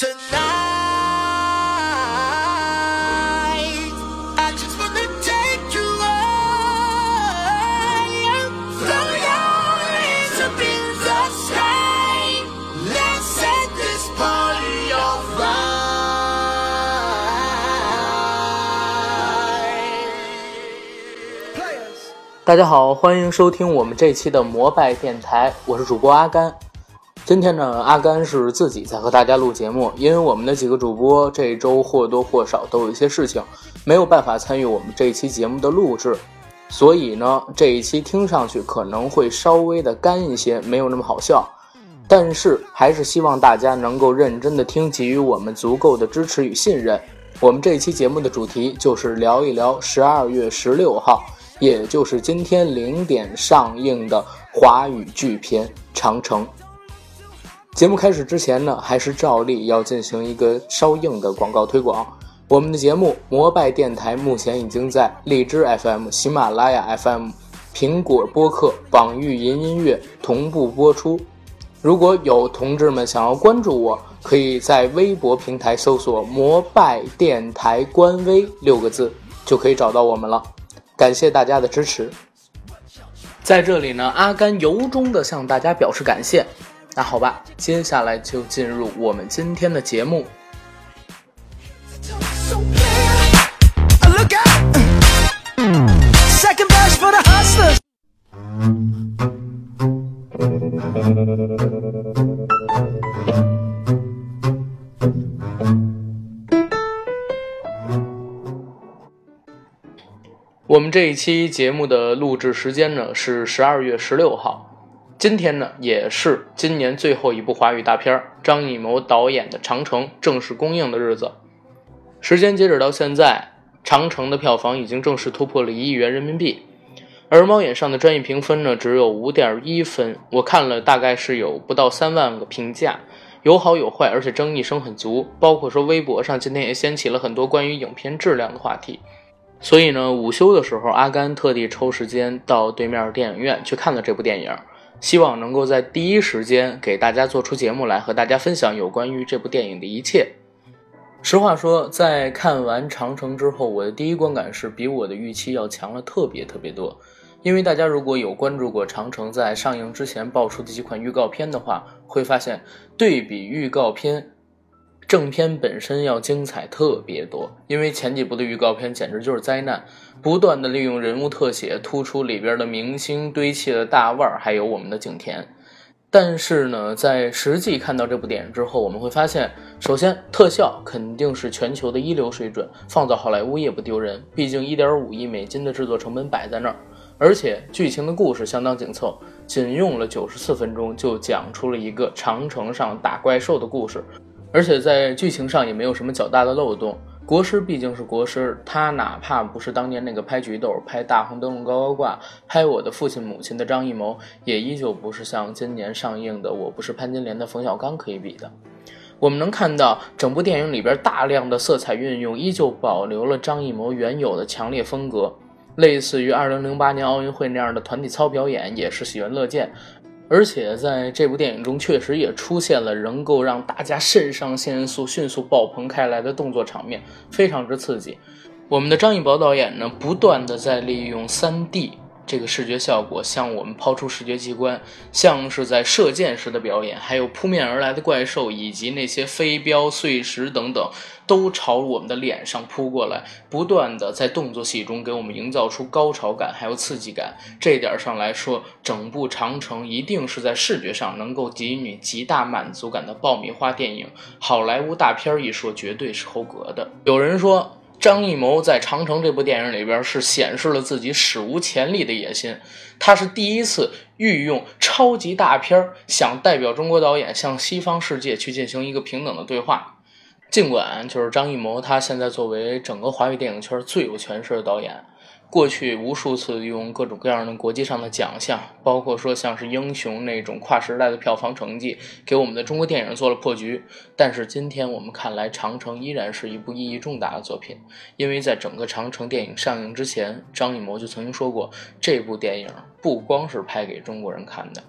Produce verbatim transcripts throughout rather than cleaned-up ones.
大家好，欢迎收听我们这期的摩拜电台，我是主播阿甘。今天呢，阿甘是自己在和大家录节目，因为我们的几个主播这一周或多或少都有一些事情，没有办法参与我们这一期节目的录制，所以呢，这一期听上去可能会稍微的干一些，没有那么好笑，但是还是希望大家能够认真的听，给予我们足够的支持与信任。我们这一期节目的主题就是聊一聊十二月十六号，也就是今天零点上映的华语巨片《长城》。节目开始之前呢，还是照例要进行一个稍硬的广告推广。我们的节目摩拜电台目前已经在荔枝 F M、 喜马拉雅 F M、 苹果播客、网易云音乐同步播出。如果有同志们想要关注我，可以在微博平台搜索摩拜电台官微六个字就可以找到我们了。感谢大家的支持。在这里呢，阿甘由衷的向大家表示感谢。那好吧，接下来就进入我们今天的节目。我们这一期节目的录制时间呢是十二月十六号，今天呢也是今年最后一部华语大片张艺谋导演的《长城》正式公映的日子。时间截止到现在，《长城》的票房已经正式突破了一亿元人民币，而猫眼上的专业评分呢只有 五点一 分，我看了大概是有不到三万个评价，有好有坏，而且争议声很足，包括说微博上今天也掀起了很多关于影片质量的话题。所以呢，午休的时候，阿甘特地抽时间到对面电影院去看了这部电影，希望能够在第一时间给大家做出节目来，和大家分享有关于这部电影的一切。实话说，在看完《长城》之后，我的第一观感是比我的预期要强了特别特别多。因为大家如果有关注过《长城》在上映之前爆出的几款预告片的话，会发现对比预告片，正片本身要精彩特别多。因为前几部的预告片简直就是灾难，不断的利用人物特写突出里边的明星堆砌的大腕儿，还有我们的景甜。但是呢，在实际看到这部电影之后，我们会发现，首先特效肯定是全球的一流水准，放到好莱坞也不丢人，毕竟 一点五亿美金的制作成本摆在那儿。而且剧情的故事相当紧凑，仅用了九十四分钟就讲出了一个长城上打怪兽的故事，而且在剧情上也没有什么较大的漏洞。国师毕竟是国师，他哪怕不是当年那个拍菊豆、拍大红灯笼高高挂、拍我的父亲母亲的张艺谋，也依旧不是像今年上映的我不是潘金莲的冯小刚可以比的。我们能看到整部电影里边大量的色彩运用依旧保留了张艺谋原有的强烈风格，类似于二零零八年奥运会那样的团体操表演也是喜闻乐见。而且在这部电影中确实也出现了能够让大家肾上腺素迅速爆棚开来的动作场面，非常之刺激。我们的张艺谋导演呢，不断的在利用 三 D 这个视觉效果向我们抛出视觉奇观，像是在射箭时的表演，还有扑面而来的怪兽，以及那些飞镖、碎石等等，都朝我们的脸上扑过来，不断的在动作戏中给我们营造出高潮感还有刺激感。这一点上来说，整部长城一定是在视觉上能够给予你极大满足感的爆米花电影，好莱坞大片一说绝对是合格的。有人说张艺谋在长城这部电影里边是显示了自己史无前例的野心，他是第一次运用超级大片想代表中国导演向西方世界去进行一个平等的对话。尽管就是张艺谋他现在作为整个华语电影圈最有权势的导演，过去无数次用各种各样的国际上的奖项，包括说像是英雄那种跨时代的票房成绩，给我们的中国电影做了破局。但是今天我们看来，长城依然是一部意义重大的作品，因为在整个长城电影上映之前，张艺谋就曾经说过，这部电影不光是拍给中国人看的，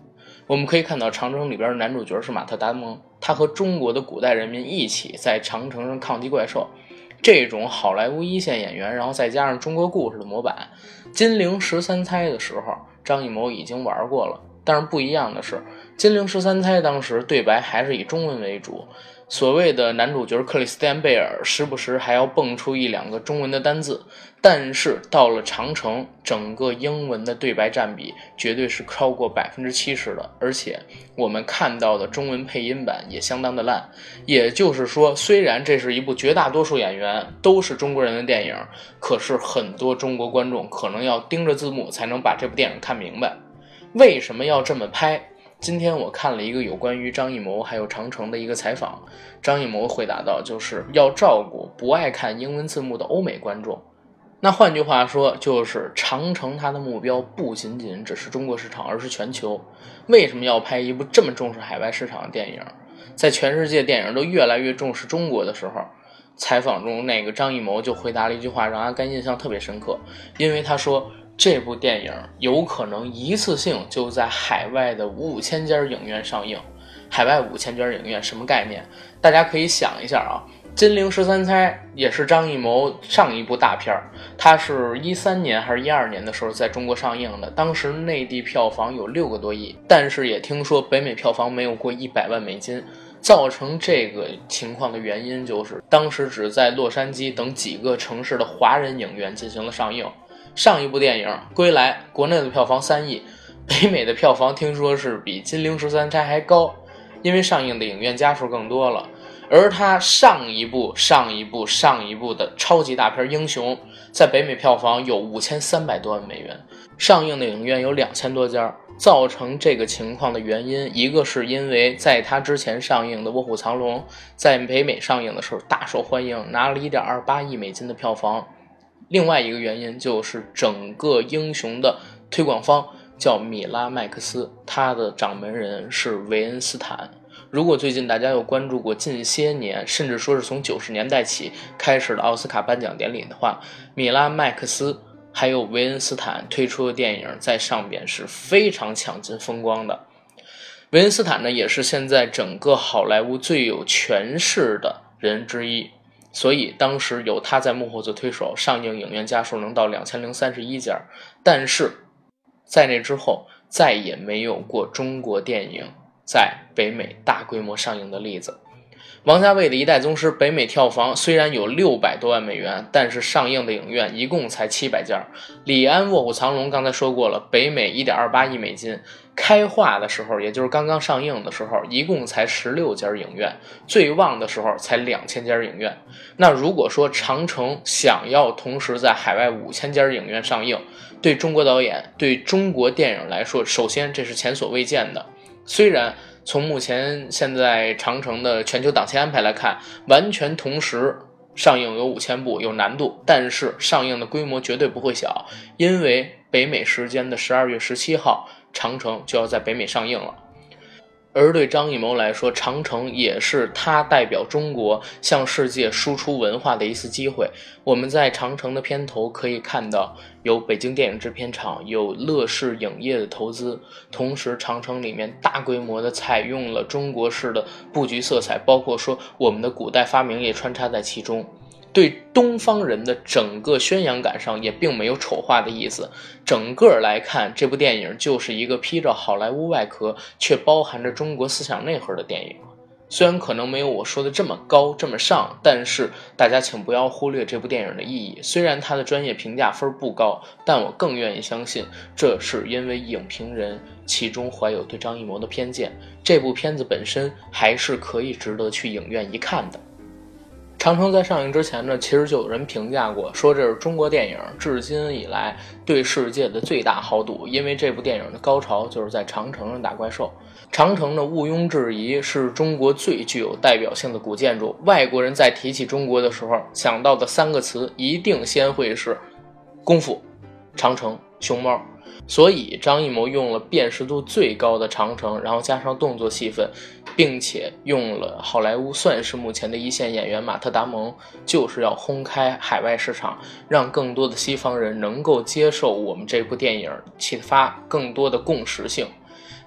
我们可以看到长城里边的男主角是马特·达蒙，他和中国的古代人民一起在长城上抗击怪兽。这种好莱坞一线演员，然后再加上中国故事的模板，金陵十三钗的时候张艺谋已经玩过了。但是不一样的是，金陵十三钗当时对白还是以中文为主，所谓的男主角克里斯蒂安·贝尔时不时还要蹦出一两个中文的单字，但是到了长城，整个英文的对白占比绝对是超过 百分之七十 的，而且我们看到的中文配音版也相当的烂。也就是说，虽然这是一部绝大多数演员都是中国人的电影，可是很多中国观众可能要盯着字幕才能把这部电影看明白。为什么要这么拍？今天我看了一个有关于张艺谋还有长城的一个采访，张艺谋回答到，就是要照顾不爱看英文字幕的欧美观众。那换句话说，就是长城它的目标不仅仅只是中国市场，而是全球。为什么要拍一部这么重视海外市场的电影？在全世界电影都越来越重视中国的时候，采访中那个张艺谋就回答了一句话，让阿甘印象特别深刻。因为他说，这部电影有可能一次性就在海外的五千家影院上映。海外五千家影院什么概念？大家可以想一下啊，金陵十三钗也是张艺谋上一部大片，它是一三年还是一二年的时候在中国上映的，当时内地票房有六个多亿，但是也听说北美票房没有过一百万美金。造成这个情况的原因就是当时只在洛杉矶等几个城市的华人影院进行了上映。上一部电影《归来》国内的票房三亿，北美的票房听说是比金陵十三钗还高，因为上映的影院家数更多了。而他上一部上一部上一部的超级大片《英雄》在北美票房有五千三百多万美元，上映的影院有两千多家。造成这个情况的原因，一个是因为在他之前上映的《卧虎藏龙》在北美上映的时候大受欢迎，拿了 一点二八亿美金的票房。另外一个原因就是整个英雄的推广方叫米拉麦克斯，他的掌门人是韦恩斯坦。如果最近大家有关注过近些年甚至说是从九十年代起开始的奥斯卡颁奖典礼的话，米拉麦克斯还有韦恩斯坦推出的电影在上边是非常抢尽风光的。韦恩斯坦呢，也是现在整个好莱坞最有权势的人之一，所以当时有他在幕后做推手，上映影院家数能到两千零三十一家。但是在那之后再也没有过中国电影在北美大规模上映的例子。王家卫的一代宗师北美票房虽然有六百多万美元，但是上映的影院一共才七百家。李安卧虎藏龙刚才说过了，北美 一点二八亿美金，开画的时候也就是刚刚上映的时候一共才十六家影院，最旺的时候才两千家影院。那如果说长城想要同时在海外五千家影院上映，对中国导演对中国电影来说，首先这是前所未见的。虽然从目前现在长城的全球档期安排来看，完全同时上映有五千部有难度，但是上映的规模绝对不会小，因为北美时间的十二月十七号长城就要在北美上映了。而对张艺谋来说，长城也是他代表中国向世界输出文化的一次机会。我们在长城的片头可以看到有北京电影制片厂，有乐视影业的投资，同时长城里面大规模的采用了中国式的布局色彩，包括说我们的古代发明也穿插在其中。对东方人的整个宣扬感上也并没有丑化的意思，整个来看这部电影就是一个披着好莱坞外壳却包含着中国思想内核的电影。虽然可能没有我说的这么高这么上，但是大家请不要忽略这部电影的意义。虽然它的专业评价分不高，但我更愿意相信这是因为影评人其中怀有对张艺谋的偏见，这部片子本身还是可以值得去影院一看的。长城在上映之前呢，其实就有人评价过，说这是中国电影至今以来对世界的最大豪赌，因为这部电影的高潮就是在长城上打怪兽。长城呢，毋庸置疑是中国最具有代表性的古建筑，外国人在提起中国的时候想到的三个词一定先会是功夫、长城、熊猫。所以张艺谋用了辨识度最高的长城，然后加上动作戏份，并且用了好莱坞算是目前的一线演员马特·达蒙，就是要轰开海外市场，让更多的西方人能够接受我们这部电影，启发更多的共识性。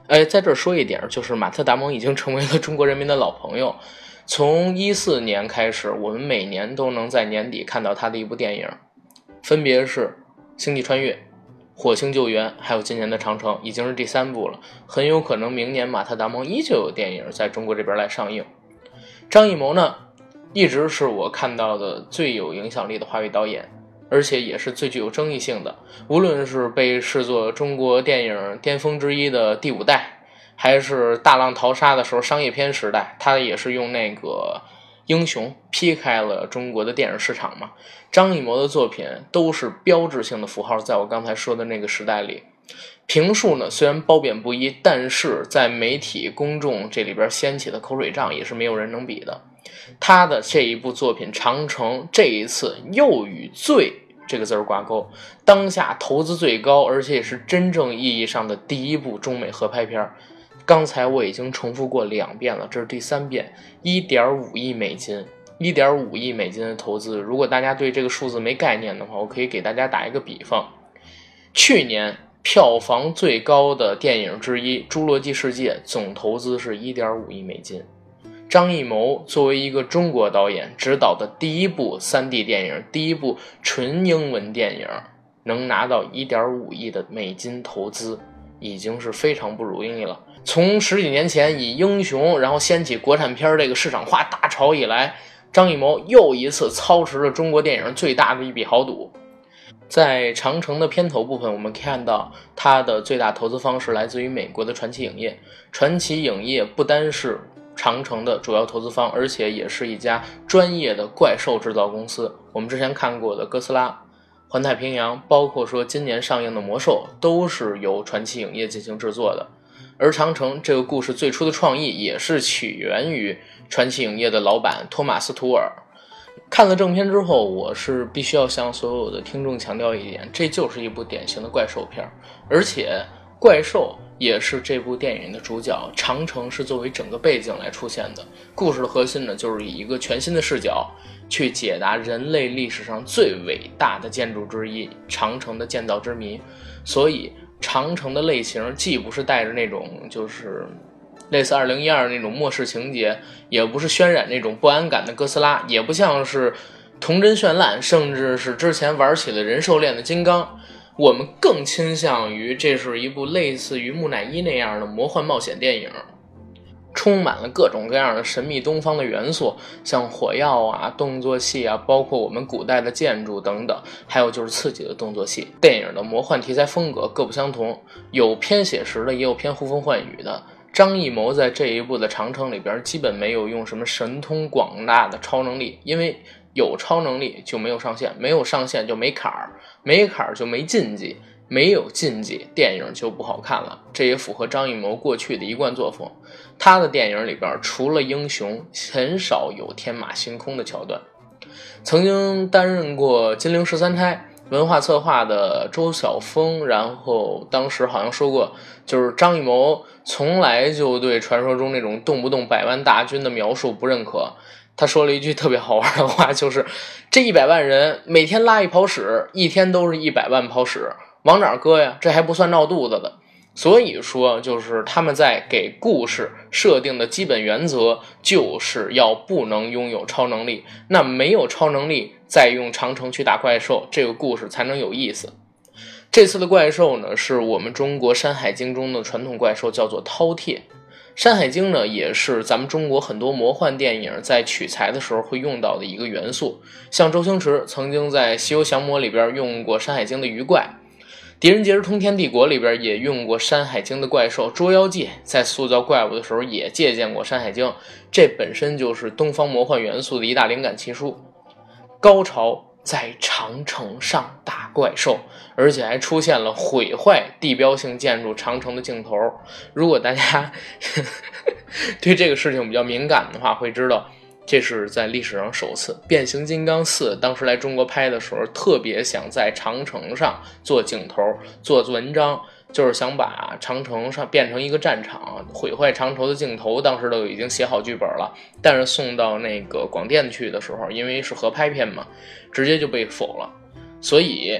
哎，在这儿说一点，就是马特·达蒙已经成为了中国人民的老朋友。从一四年开始，我们每年都能在年底看到他的一部电影，分别是《星际穿越》、《火星救援》，还有今年的《长城》，已经是第三部了。很有可能明年马特·达蒙依旧有电影在中国这边来上映。张艺谋呢，一直是我看到的最有影响力的华语导演，而且也是最具有争议性的。无论是被视作中国电影巅峰之一的第五代，还是大浪淘沙的时候商业片时代，他也是用那个英雄劈开了中国的电影市场嘛。张艺谋的作品都是标志性的符号，在我刚才说的那个时代里。评述呢虽然褒贬不一，但是在媒体公众这里边掀起的口水仗也是没有人能比的。他的这一部作品《长城》这一次又与最这个字儿挂钩，当下投资最高，而且也是真正意义上的第一部中美合拍片。刚才我已经重复过两遍了，这是第三遍。 一点五亿美金 一点五亿美金的投资，如果大家对这个数字没概念的话，我可以给大家打一个比方。去年票房最高的电影之一《侏罗纪世界》总投资是 一点五亿美金。张艺谋作为一个中国导演执导的第一部 三 D 电影，第一部纯英文电影，能拿到 一点五亿的美金投资，已经是非常不容易了。从十几年前以英雄然后掀起国产片这个市场化大潮以来，张艺谋又一次操持了中国电影最大的一笔豪赌。在长城的片头部分，我们看到它的最大投资方是来自于美国的传奇影业。传奇影业不单是长城的主要投资方，而且也是一家专业的怪兽制造公司。我们之前看过的哥斯拉、环太平洋，包括说今年上映的魔兽，都是由传奇影业进行制作的。而长城这个故事最初的创意也是起源于传奇影业的老板托马斯·图尔。看了正片之后，我是必须要向所有的听众强调一点，这就是一部典型的怪兽片，而且怪兽也是这部电影的主角，长城是作为整个背景来出现的。故事的核心呢，就是以一个全新的视角去解答人类历史上最伟大的建筑之一长城的建造之谜。所以长城的类型既不是带着那种就是类似二零一二那种末世情节，也不是渲染那种不安感的哥斯拉，也不像是童真绚烂，甚至是之前玩起了人兽恋的金刚。我们更倾向于这是一部类似于木乃伊那样的魔幻冒险电影，充满了各种各样的神秘东方的元素，像火药啊、动作戏啊，包括我们古代的建筑等等，还有就是刺激的动作戏。电影的魔幻题材风格各不相同，有偏写实的，也有偏呼风唤雨的。张艺谋在这一部的长城里边基本没有用什么神通广大的超能力，因为有超能力就没有上限，没有上限就没坎儿，没坎儿就没禁忌，没有禁忌电影就不好看了。这也符合张艺谋过去的一贯作风，他的电影里边除了英雄很少有天马行空的桥段。曾经担任过金陵十三钗文化策划的周晓峰，然后当时好像说过，就是张艺谋从来就对传说中那种动不动百万大军的描述不认可。他说了一句特别好玩的话，就是这一百万人每天拉一泡屎，一天都是一百万泡屎，往哪儿搁呀？这还不算闹肚子的。所以说就是他们在给故事设定的基本原则就是要不能拥有超能力，那没有超能力再用长城去打怪兽，这个故事才能有意思。这次的怪兽呢，是我们中国山海经中的传统怪兽，叫做饕餮。山海经呢，也是咱们中国很多魔幻电影在取材的时候会用到的一个元素。像周星驰曾经在《西游降魔》里边用过山海经的鱼怪，狄仁杰是通天帝国里边也用过山海经的怪兽，捉妖记在塑造怪物的时候也借鉴过山海经，这本身就是东方魔幻元素的一大灵感奇书。高潮在长城上打怪兽，而且还出现了毁坏地标性建筑长城的镜头。如果大家呵呵对这个事情比较敏感的话，会知道这是在历史上首次。变形金刚四当时来中国拍的时候，特别想在长城上做镜头做文章，就是想把长城上变成一个战场，毁坏长城的镜头当时都已经写好剧本了，但是送到那个广电去的时候，因为是合拍片嘛，直接就被否了。所以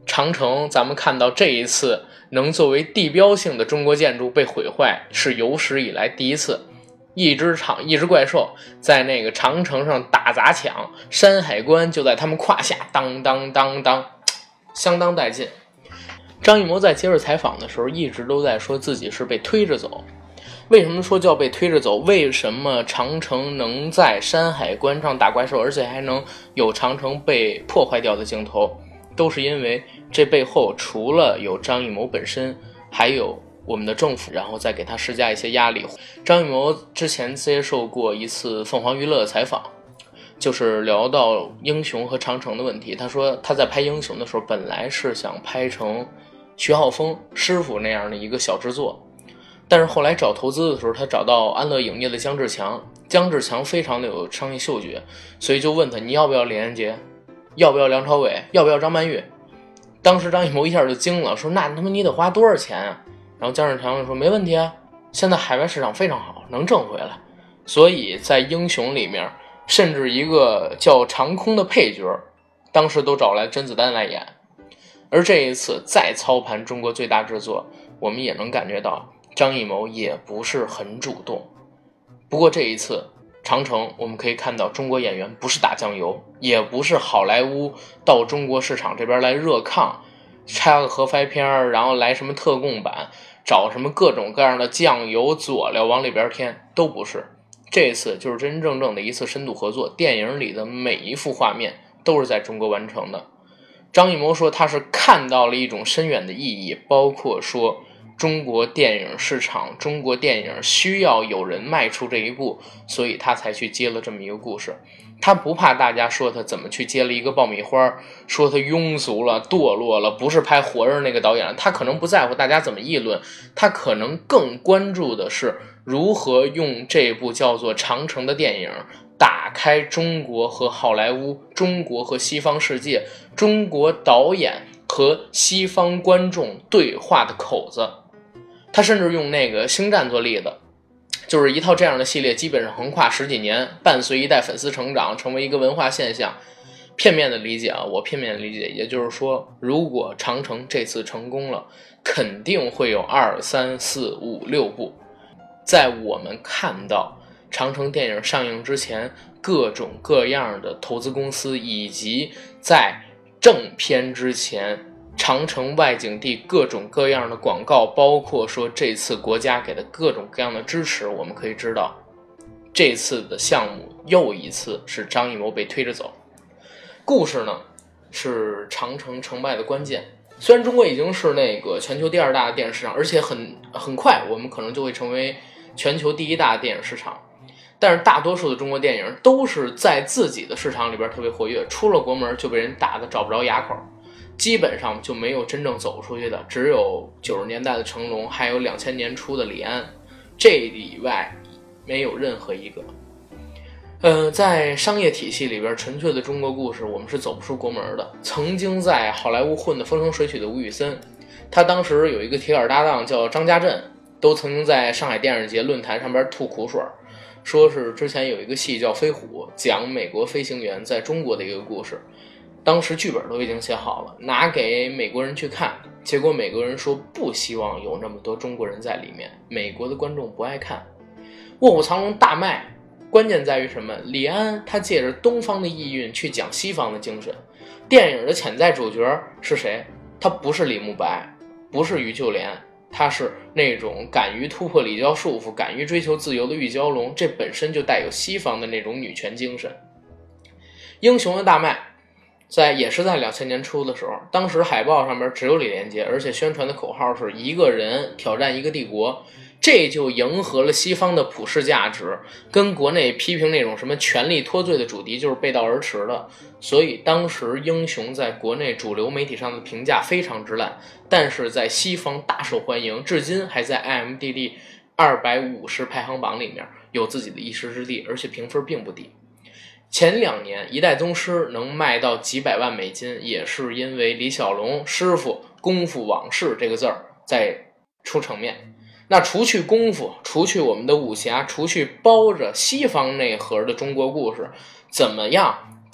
长城咱们看到这一次能作为地标性的中国建筑被毁坏，是有史以来第一次。一只长一只怪兽在那个长城上打砸抢，山海关就在他们胯下，当当当当，相当带劲。张艺谋在接受采访的时候一直都在说自己是被推着走。为什么说叫被推着走？为什么长城能在山海关上打怪兽，而且还能有长城被破坏掉的镜头？都是因为这背后除了有张艺谋本身，还有我们的政府，然后再给他施加一些压力。张艺谋之前接受过一次凤凰娱乐的采访，就是聊到英雄和长城的问题。他说他在拍英雄的时候本来是想拍成徐浩峰师傅那样的一个小制作，但是后来找投资的时候，他找到安乐影业的姜志强，姜志强非常的有商业嗅觉，所以就问他你要不要李连杰，要不要梁朝伟，要不要张曼玉。当时张艺谋一下就惊了，说那他妈你得花多少钱啊？然后姜志强就说没问题啊，现在海外市场非常好，能挣回来。所以在英雄里面，甚至一个叫长空的配角当时都找来甄子丹来演。而这一次再操盘中国最大制作，我们也能感觉到张艺谋也不是很主动。不过这一次长城我们可以看到中国演员不是打酱油，也不是好莱坞到中国市场这边来热炕，拆个合拍片，然后来什么特供版，找什么各种各样的酱油佐料往里边添，都不是。这次就是真真正正的一次深度合作，电影里的每一幅画面都是在中国完成的。张艺谋说他是看到了一种深远的意义，包括说中国电影市场，中国电影需要有人迈出这一步，所以他才去接了这么一个故事。他不怕大家说他怎么去接了一个爆米花，说他庸俗了堕落了，不是拍活人那个导演，他可能不在乎大家怎么议论，他可能更关注的是如何用这部叫做长城的电影打开中国和好莱坞，中国和西方世界，中国导演和西方观众对话的口子。他甚至用那个星战做例子，就是一套这样的系列基本上横跨十几年，伴随一代粉丝成长，成为一个文化现象。片面的理解啊，我片面的理解，也就是说如果长城这次成功了，肯定会有二三四五六部。在我们看到长城电影上映之前，各种各样的投资公司，以及在正片之前长城外景地各种各样的广告，包括说这次国家给的各种各样的支持，我们可以知道这次的项目又一次是张艺谋被推着走。故事呢是长城成败的关键。虽然中国已经是那个全球第二大的电影市场，而且很很快我们可能就会成为全球第一大的电影市场，但是大多数的中国电影都是在自己的市场里边特别活跃，出了国门就被人打得找不着牙口，基本上就没有真正走出去的，只有九十年代的成龙，还有两千年初的李安，这以外没有任何一个。呃，在商业体系里边，纯粹的中国故事我们是走不出国门的。曾经在好莱坞混得风生水起的吴宇森，他当时有一个铁杆搭档叫张家振，都曾经在上海电影节论坛上边吐苦水，说是之前有一个戏叫《飞虎》，讲美国飞行员在中国的一个故事，当时剧本都已经写好了，拿给美国人去看，结果美国人说不希望有那么多中国人在里面，美国的观众不爱看。卧虎藏龙大卖，关键在于什么？李安他借着东方的意蕴去讲西方的精神。电影的潜在主角是谁？他不是李慕白，不是于秀莲，他是那种敢于突破礼教束缚，敢于追求自由的玉娇龙，这本身就带有西方的那种女权精神。英雄的大卖在也是在两千年初的时候，当时海报上面只有李连杰，而且宣传的口号是一个人挑战一个帝国，这就迎合了西方的普世价值，跟国内批评那种什么权力脱罪的主题就是背道而驰的。所以当时英雄在国内主流媒体上的评价非常之烂，但是在西方大受欢迎，至今还在 I M D B 二百五十排行榜里面有自己的一席之地，而且评分并不低。前两年一代宗师能卖到几百万美金，也是因为李小龙师傅功夫往事这个字儿在出场面。那除去功夫，除去我们的武侠，除去包着西方内核的中国故事，怎么样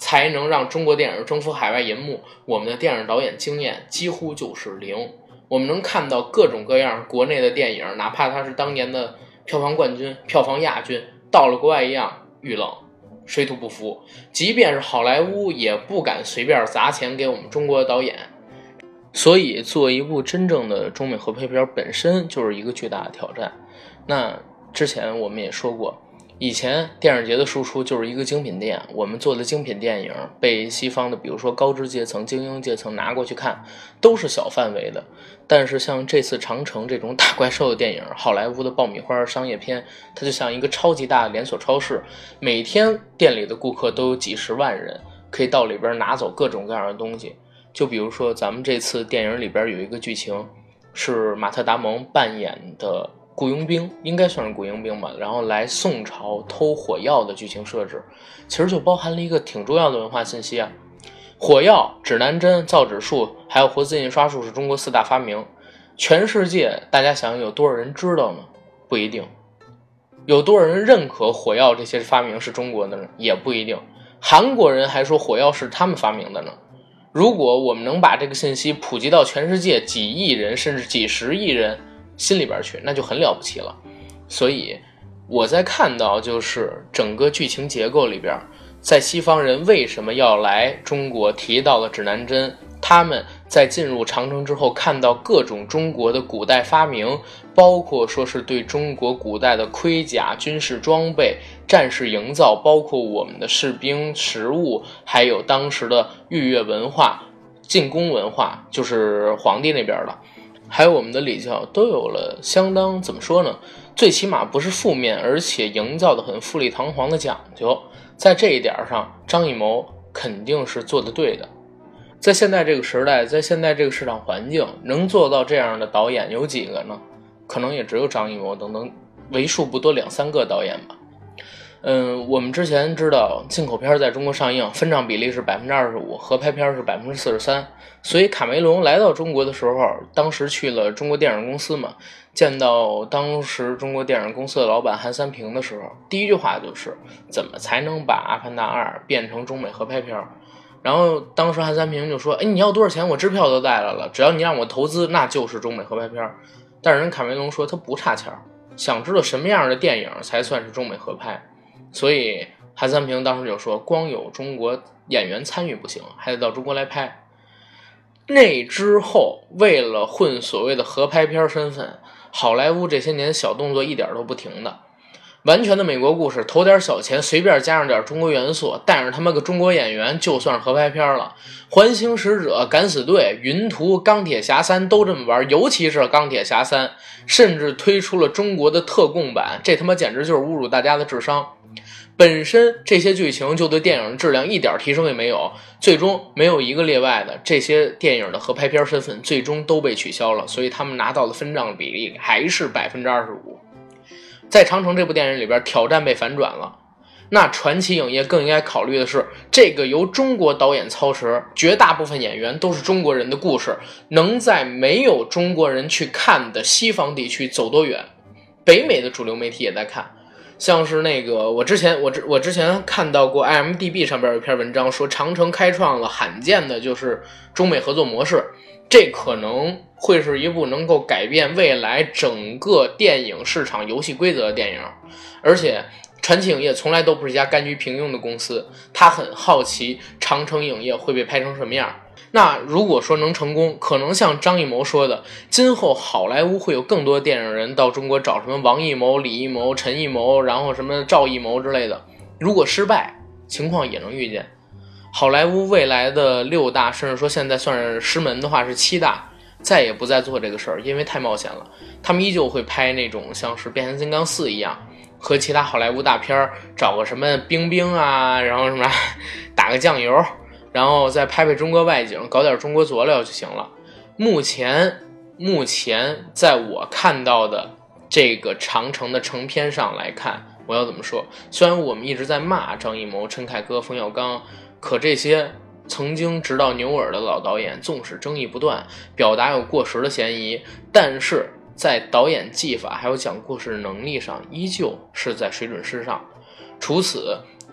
才能让中国电影征服海外银幕，我们的电影导演经验几乎就是零。我们能看到各种各样国内的电影，哪怕它是当年的票房冠军、票房亚军，到了国外一样遇冷水土不服，即便是好莱坞也不敢随便砸钱给我们中国的导演。所以做一部真正的中美合拍片本身就是一个巨大的挑战。那之前我们也说过，以前电影节的输出就是一个精品店，我们做的精品电影被西方的比如说高知阶层、精英阶层拿过去看，都是小范围的。但是像这次长城这种大怪兽的电影，好莱坞的爆米花商业片，它就像一个超级大的连锁超市，每天店里的顾客都有几十万人，可以到里边拿走各种各样的东西。就比如说咱们这次电影里边有一个剧情是马特达蒙扮演的雇佣兵，应该算是雇佣兵吧，然后来宋朝偷火药的剧情设置，其实就包含了一个挺重要的文化信息啊。火药、指南针、造纸术还有活字印刷术是中国四大发明，全世界大家想有多少人知道呢？不一定。有多少人认可火药这些发明是中国的呢？也不一定。韩国人还说火药是他们发明的呢。如果我们能把这个信息普及到全世界几亿人甚至几十亿人心里边去，那就很了不起了。所以我在看到就是整个剧情结构里边，在西方人为什么要来中国提到了指南针，他们在进入长城之后看到各种中国的古代发明，包括说是对中国古代的盔甲、军事装备、战士营造，包括我们的士兵、食物，还有当时的御乐文化、进宫文化，就是皇帝那边的，还有我们的礼教，都有了相当怎么说呢，最起码不是负面，而且营造的很富丽堂皇的讲究。在这一点上，张艺谋肯定是做得对的。在现在这个时代，在现在这个市场环境，能做到这样的导演有几个呢？可能也只有张艺谋等等为数不多两三个导演吧。嗯，我们之前知道进口片在中国上映分账比例是 百分之二十五， 合拍片是 百分之四十三， 所以卡梅隆来到中国的时候，当时去了中国电影公司嘛，见到当时中国电影公司的老板韩三平的时候，第一句话就是怎么才能把阿凡达二变成中美合拍片。然后当时韩三平就说，哎，你要多少钱我支票都带来了，只要你让我投资那就是中美合拍片。但是人卡梅隆说他不差钱，想知道什么样的电影才算是中美合拍。所以韩三平当时就说，光有中国演员参与不行，还得到中国来拍。那之后为了混所谓的合拍片身份，好莱坞这些年小动作一点都不停的，完全的美国故事，投点小钱，随便加上点中国元素，带上他们个中国演员就算是合拍片了。环形使者、敢死队、云图、钢铁侠三都这么玩，尤其是钢铁侠三，甚至推出了中国的特供版，这他妈简直就是侮辱大家的智商。本身这些剧情就对电影质量一点提升也没有，最终没有一个例外的，这些电影的合拍片身份最终都被取消了，所以他们拿到的分账比例还是 百分之二十五。 在长城这部电影里边，挑战被反转了。那传奇影业更应该考虑的是，这个由中国导演操持，绝大部分演员都是中国人的故事，能在没有中国人去看的西方地区走多远。北美的主流媒体也在看，像是那个我之前我之我之前看到过 I M D B 上边有一篇文章说，长城开创了罕见的就是中美合作模式，这可能会是一部能够改变未来整个电影市场游戏规则的电影。而且传奇影业从来都不是一家甘于平庸的公司，他很好奇长城影业会被拍成什么样。那如果说能成功，可能像张艺谋说的，今后好莱坞会有更多电影人到中国找什么王艺谋、李艺谋、陈艺谋，然后什么赵艺谋之类的。如果失败，情况也能预见。好莱坞未来的六大，甚至说现在算是师门的话是七大，再也不再做这个事儿，因为太冒险了。他们依旧会拍那种像是变形金刚四一样，和其他好莱坞大片找个什么冰冰啊，然后什么打个酱油，然后再拍拍中国外景，搞点中国佐料就行了。目前目前在我看到的这个长城的成片上来看，我要怎么说，虽然我们一直在骂张艺谋、陈凯歌、冯小刚，可这些曾经直到牛耳的老导演，纵使争议不断，表达有过时的嫌疑，但是在导演技法还有讲故事能力上依旧是在水准之上。除此，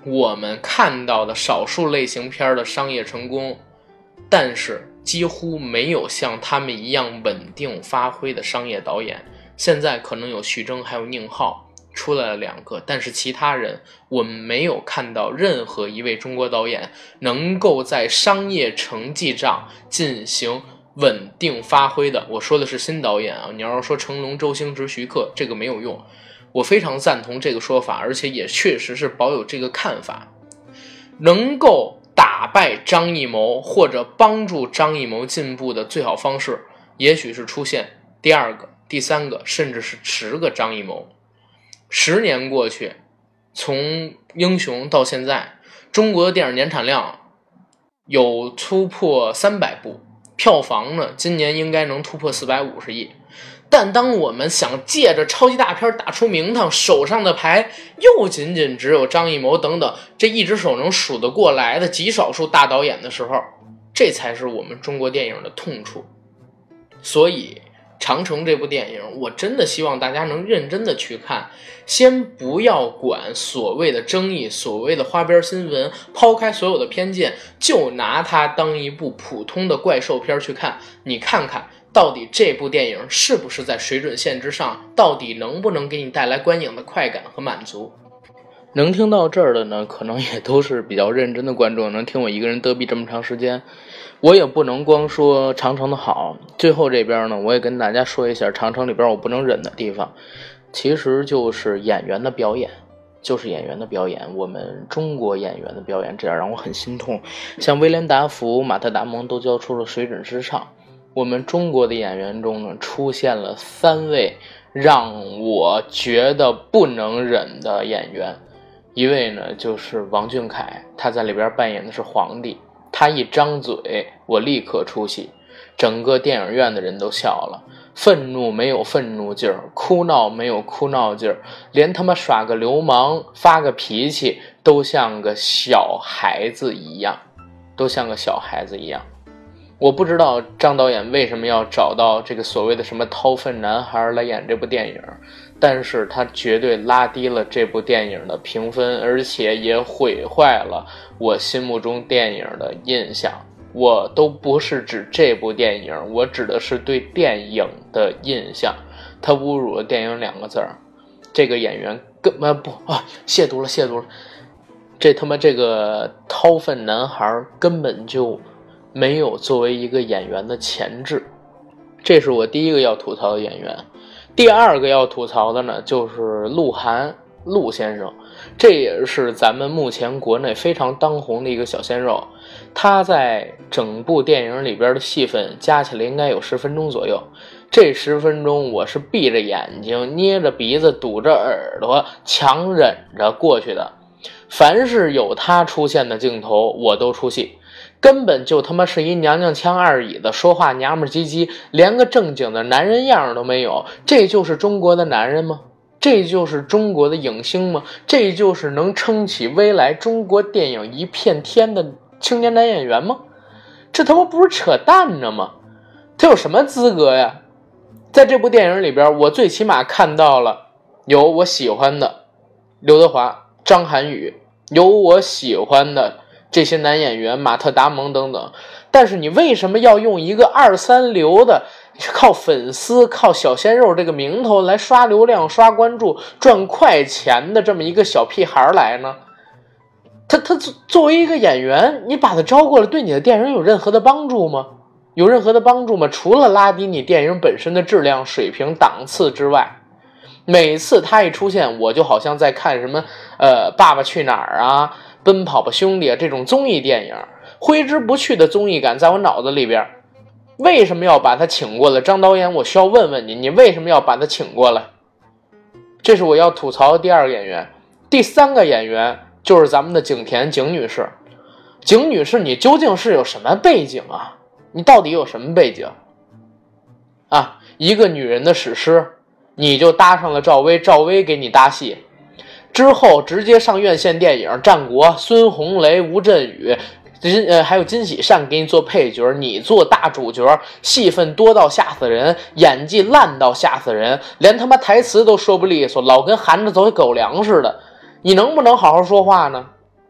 我们看到的少数类型片的商业成功，但是几乎没有像他们一样稳定发挥的商业导演。现在可能有徐峥还有宁浩出来了两个，但是其他人我们没有看到任何一位中国导演能够在商业成绩上进行稳定发挥的。我说的是新导演啊，你要是说成龙、周星驰、徐克，这个没有用。我非常赞同这个说法，而且也确实是保有这个看法。能够打败张艺谋或者帮助张艺谋进步的最好方式，也许是出现第二个、第三个，甚至是十个张艺谋。十年过去，从英雄到现在，中国的电影年产量有突破三百部，票房呢，今年应该能突破四百五十亿。但当我们想借着超级大片打出名堂，手上的牌又仅仅只有张艺谋等等这一只手能数得过来的极少数大导演的时候，这才是我们中国电影的痛处。所以长城这部电影，我真的希望大家能认真的去看，先不要管所谓的争议，所谓的花边新闻，抛开所有的偏见，就拿它当一部普通的怪兽片去看。你看看到底这部电影是不是在水准线之上，到底能不能给你带来观影的快感和满足。能听到这儿的呢，可能也都是比较认真的观众，能听我一个人嘚逼这么长时间，我也不能光说长城的好。最后这边呢，我也跟大家说一下长城里边我不能忍的地方，其实就是演员的表演，就是演员的表演，我们中国演员的表演，这样让我很心痛。像威廉达福、马特达蒙都交出了水准之上，我们中国的演员中呢，出现了三位让我觉得不能忍的演员。一位呢就是王俊凯，他在里边扮演的是皇帝，他一张嘴我立刻出戏，整个电影院的人都笑了。愤怒没有愤怒劲儿，哭闹没有哭闹劲儿，连他妈耍个流氓发个脾气都像个小孩子一样，都像个小孩子一样。我不知道张导演为什么要找到这个所谓的什么掏粪男孩来演这部电影，但是他绝对拉低了这部电影的评分，而且也毁坏了我心目中电影的印象。我都不是指这部电影，我指的是对电影的印象。他侮辱了电影两个字儿，这个演员根本不啊，亵渎了亵渎了，这他妈这个掏粪男孩根本就没有作为一个演员的潜质。这是我第一个要吐槽的演员。第二个要吐槽的呢，就是鹿晗陆先生，这也是咱们目前国内非常当红的一个小鲜肉。他在整部电影里边的戏份加起来应该有十分钟左右，这十分钟我是闭着眼睛捏着鼻子堵着耳朵强忍着过去的。凡是有他出现的镜头我都出戏，根本就他妈是一娘娘腔二椅子，说话娘们唧唧，连个正经的男人样都没有。这就是中国的男人吗？这就是中国的影星吗？这就是能撑起未来中国电影一片天的青年男演员吗？这他妈不是扯淡呢吗？他有什么资格呀？在这部电影里边，我最起码看到了有我喜欢的刘德华、张涵予，有我喜欢的这些男演员马特达蒙等等，但是你为什么要用一个二三流的靠粉丝靠小鲜肉这个名头来刷流量刷关注赚快钱的这么一个小屁孩来呢？他他作为一个演员，你把他招过来对你的电影有任何的帮助吗？有任何的帮助吗？除了拉低你电影本身的质量水平档次之外，每次他一出现，我就好像在看什么呃爸爸去哪儿啊，奔跑吧兄弟啊，这种综艺电影，挥之不去的综艺感在我脑子里边。为什么要把他请过来？张导演，我需要问问你，你为什么要把他请过来？这是我要吐槽的第二个演员。第三个演员就是咱们的景甜景女士。景女士，你究竟是有什么背景啊？你到底有什么背景啊？一个女人的史诗，你就搭上了赵薇，赵薇给你搭戏，之后直接上院线电影战国，孙红雷、吴镇宇呃，还有金喜善给你做配角，你做大主角，戏份多到吓死人，演技烂到吓死人，连他妈台词都说不利索，老跟含着走狗粮似的。你能不能好好说话呢？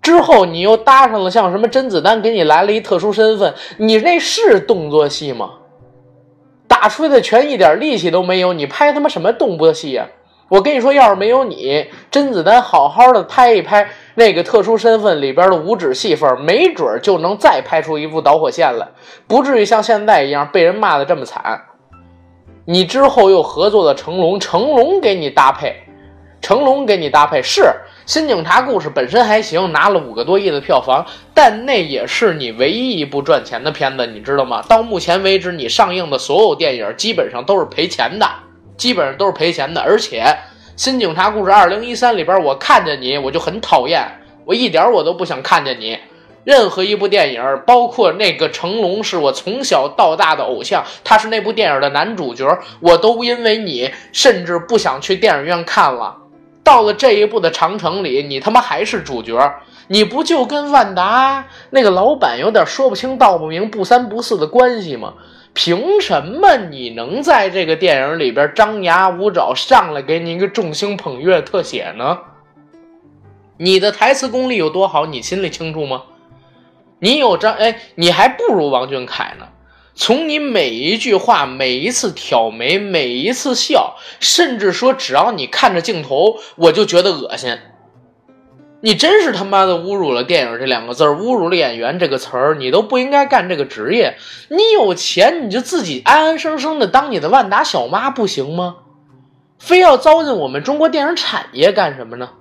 之后你又搭上了像什么甄子丹给你来了一特殊身份，你那是动作戏吗？打出来的拳一点力气都没有，你拍他妈什么动作戏啊？我跟你说，要是没有你，甄子丹好好的拍一拍那个特殊身份里边的五指戏份，没准就能再拍出一部导火线来，不至于像现在一样被人骂得这么惨。你之后又合作了成龙，成龙给你搭配，成龙给你搭配是新警察故事本身还行，拿了五个多亿的票房，但那也是你唯一一部赚钱的片子，你知道吗？到目前为止你上映的所有电影基本上都是赔钱的，基本上都是赔钱的。而且新警察故事二零一三里边，我看见你我就很讨厌，我一点我都不想看见你。任何一部电影，包括那个成龙是我从小到大的偶像，他是那部电影的男主角，我都因为你甚至不想去电影院看了。到了这一步的长城里，你他妈还是主角，你不就跟万达那个老板有点说不清道不明不三不四的关系吗？凭什么你能在这个电影里边张牙舞爪上来给你一个众星捧月特写呢？你的台词功力有多好你心里清楚吗？你有张哎，你还不如王俊凯呢。从你每一句话，每一次挑眉，每一次笑，甚至说只要你看着镜头我就觉得恶心，你真是他妈的侮辱了电影这两个字，侮辱了演员这个词儿，你都不应该干这个职业。你有钱你就自己安安生生的当你的万达小妈不行吗？非要糟践我们中国电影产业干什么呢？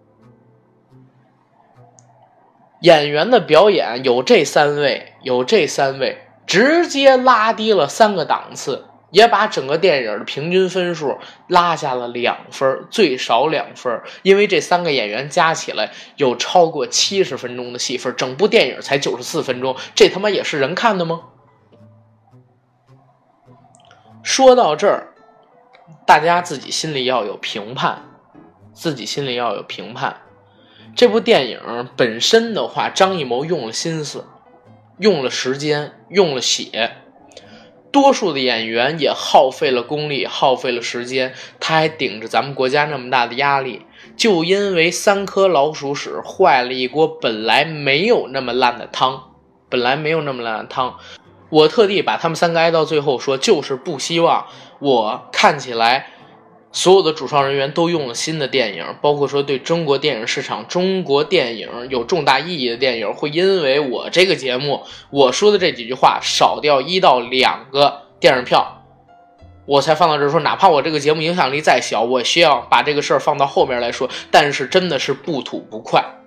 演员的表演有这三位，有这三位直接拉低了三个档次，也把整个电影的平均分数拉下了两分，最少两分。因为这三个演员加起来有超过七十分钟的戏份，整部电影才九十四分钟，这他妈也是人看的吗？说到这儿，大家自己心里要有评判，自己心里要有评判。这部电影本身的话，张艺谋用了心思，用了时间，用了血，多数的演员也耗费了功力，耗费了时间，他还顶着咱们国家那么大的压力，就因为三颗老鼠屎坏了一锅本来没有那么烂的汤，本来没有那么烂的汤。我特地把他们三个挨到最后说，就是不希望我看起来所有的主创人员都用了新的电影，包括说对中国电影市场、中国电影有重大意义的电影，会因为我这个节目我说的这几句话少掉一到两个电影票，我才放到这儿说，哪怕我这个节目影响力再小，我需要把这个事儿放到后面来说，但是真的是不吐不快。